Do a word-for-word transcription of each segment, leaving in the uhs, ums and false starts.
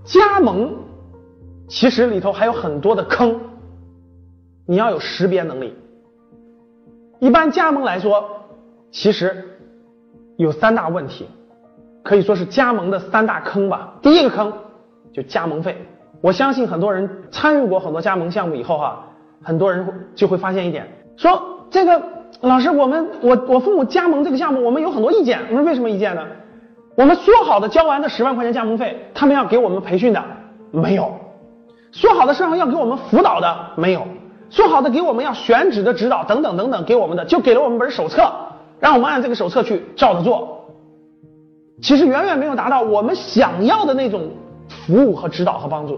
加盟其实里头还有很多的坑，你要有识别能力。一般加盟来说，其实有三大问题，可以说是加盟的三大坑吧。第一个坑就加盟费，我相信很多人参与过很多加盟项目以后哈、啊，很多人就会发现一点，说这个老师，我们我我父母加盟这个项目，我们有很多意见。我说为什么意见呢？我们说好的交完的十万块钱加盟费，他们要给我们培训的没有，说好的是要给我们辅导的没有，说好的给我们要选址的指导等等等等给我们的，就给了我们本手册，让我们按这个手册去照着做，其实远远没有达到我们想要的那种服务和指导和帮助。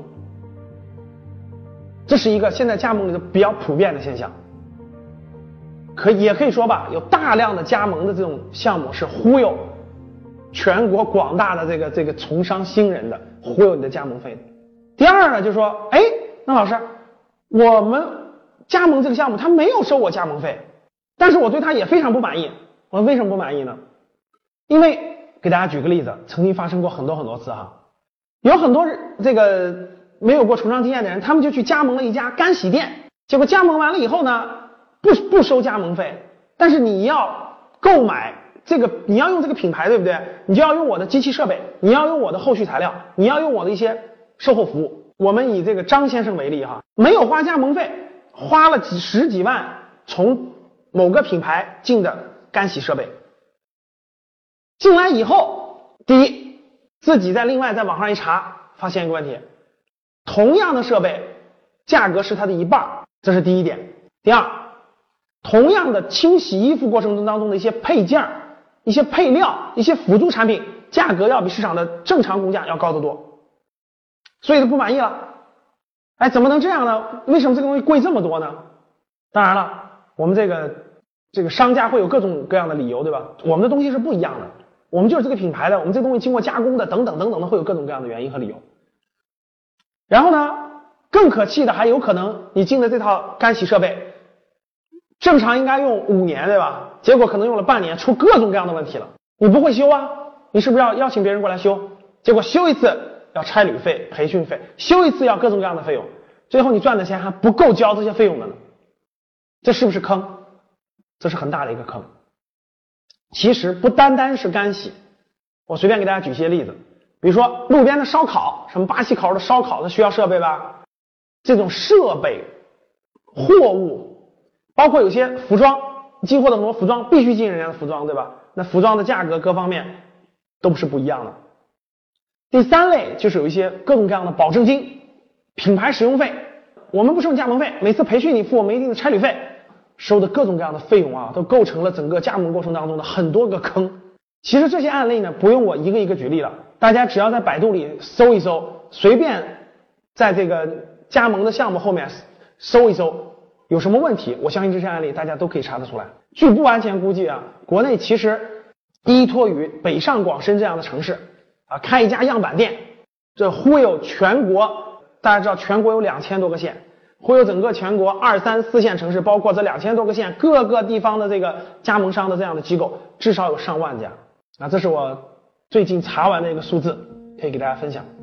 这是一个现在加盟里头比较普遍的现象，可也可以说吧，有大量的加盟的这种项目是忽悠全国广大的这个这个从商新人的，忽悠你的加盟费的。第二呢，就是说，哎，那老师，我们加盟这个项目他没有收我加盟费，但是我对他也非常不满意。我为什么不满意呢？因为给大家举个例子，曾经发生过很多很多次哈，有很多这个没有过从商经验的人，他们就去加盟了一家干洗店，结果加盟完了以后呢，不不收加盟费，但是你要购买这个，你要用这个品牌，对不对？你就要用我的机器设备，你要用我的后续材料，你要用我的一些售后服务。我们以这个张先生为例哈，没有花加盟费，花了几十几万从某个品牌进的干洗设备，进来以后，第一，自己再另外在网上一查，发现一个问题，同样的设备价格是它的一半，这是第一点。第二，同样的清洗衣服过程当中的一些配件、一些配料、一些辅助产品，价格要比市场的正常工价要高得多，所以他不满意了。哎，怎么能这样呢？为什么这个东西贵这么多呢？当然了，我们这个这个商家会有各种各样的理由，对吧？我们的东西是不一样的，我们就是这个品牌的，我们这个东西经过加工的，等等等等的，会有各种各样的原因和理由。然后呢，更可气的还有可能你进的这套干洗设备正常应该用五年，对吧？结果可能用了半年，出各种各样的问题了。你不会修啊，你是不是要邀请别人过来修？结果修一次要差旅费、培训费，修一次要各种各样的费用，最后你赚的钱还不够交这些费用的呢。这是不是坑？这是很大的一个坑。其实不单单是干洗，我随便给大家举些例子，比如说路边的烧烤，什么八气口的烧烤，它需要设备吧？这种设备、货物，包括有些服装，进货的很多服装必须进人家的服装，对吧？那服装的价格各方面都不是不一样的。第三类就是有一些各种各样的保证金、品牌使用费，我们不收加盟费，每次培训你付我们一定的差旅费，收的各种各样的费用啊，都构成了整个加盟过程当中的很多个坑。其实这些案例呢，不用我一个一个举例了，大家只要在百度里搜一搜，随便在这个加盟的项目后面搜一搜，有什么问题，我相信这些案例大家都可以查得出来。据不完全估计啊，国内其实依托于北上广深这样的城市啊，开一家样板店，这忽悠全国，大家知道全国有两千多个县，忽悠整个全国二三四线城市，包括这两千多个县各个地方的这个加盟商的这样的机构，至少有上万家。啊，这是我最近查完的一个数字，可以给大家分享。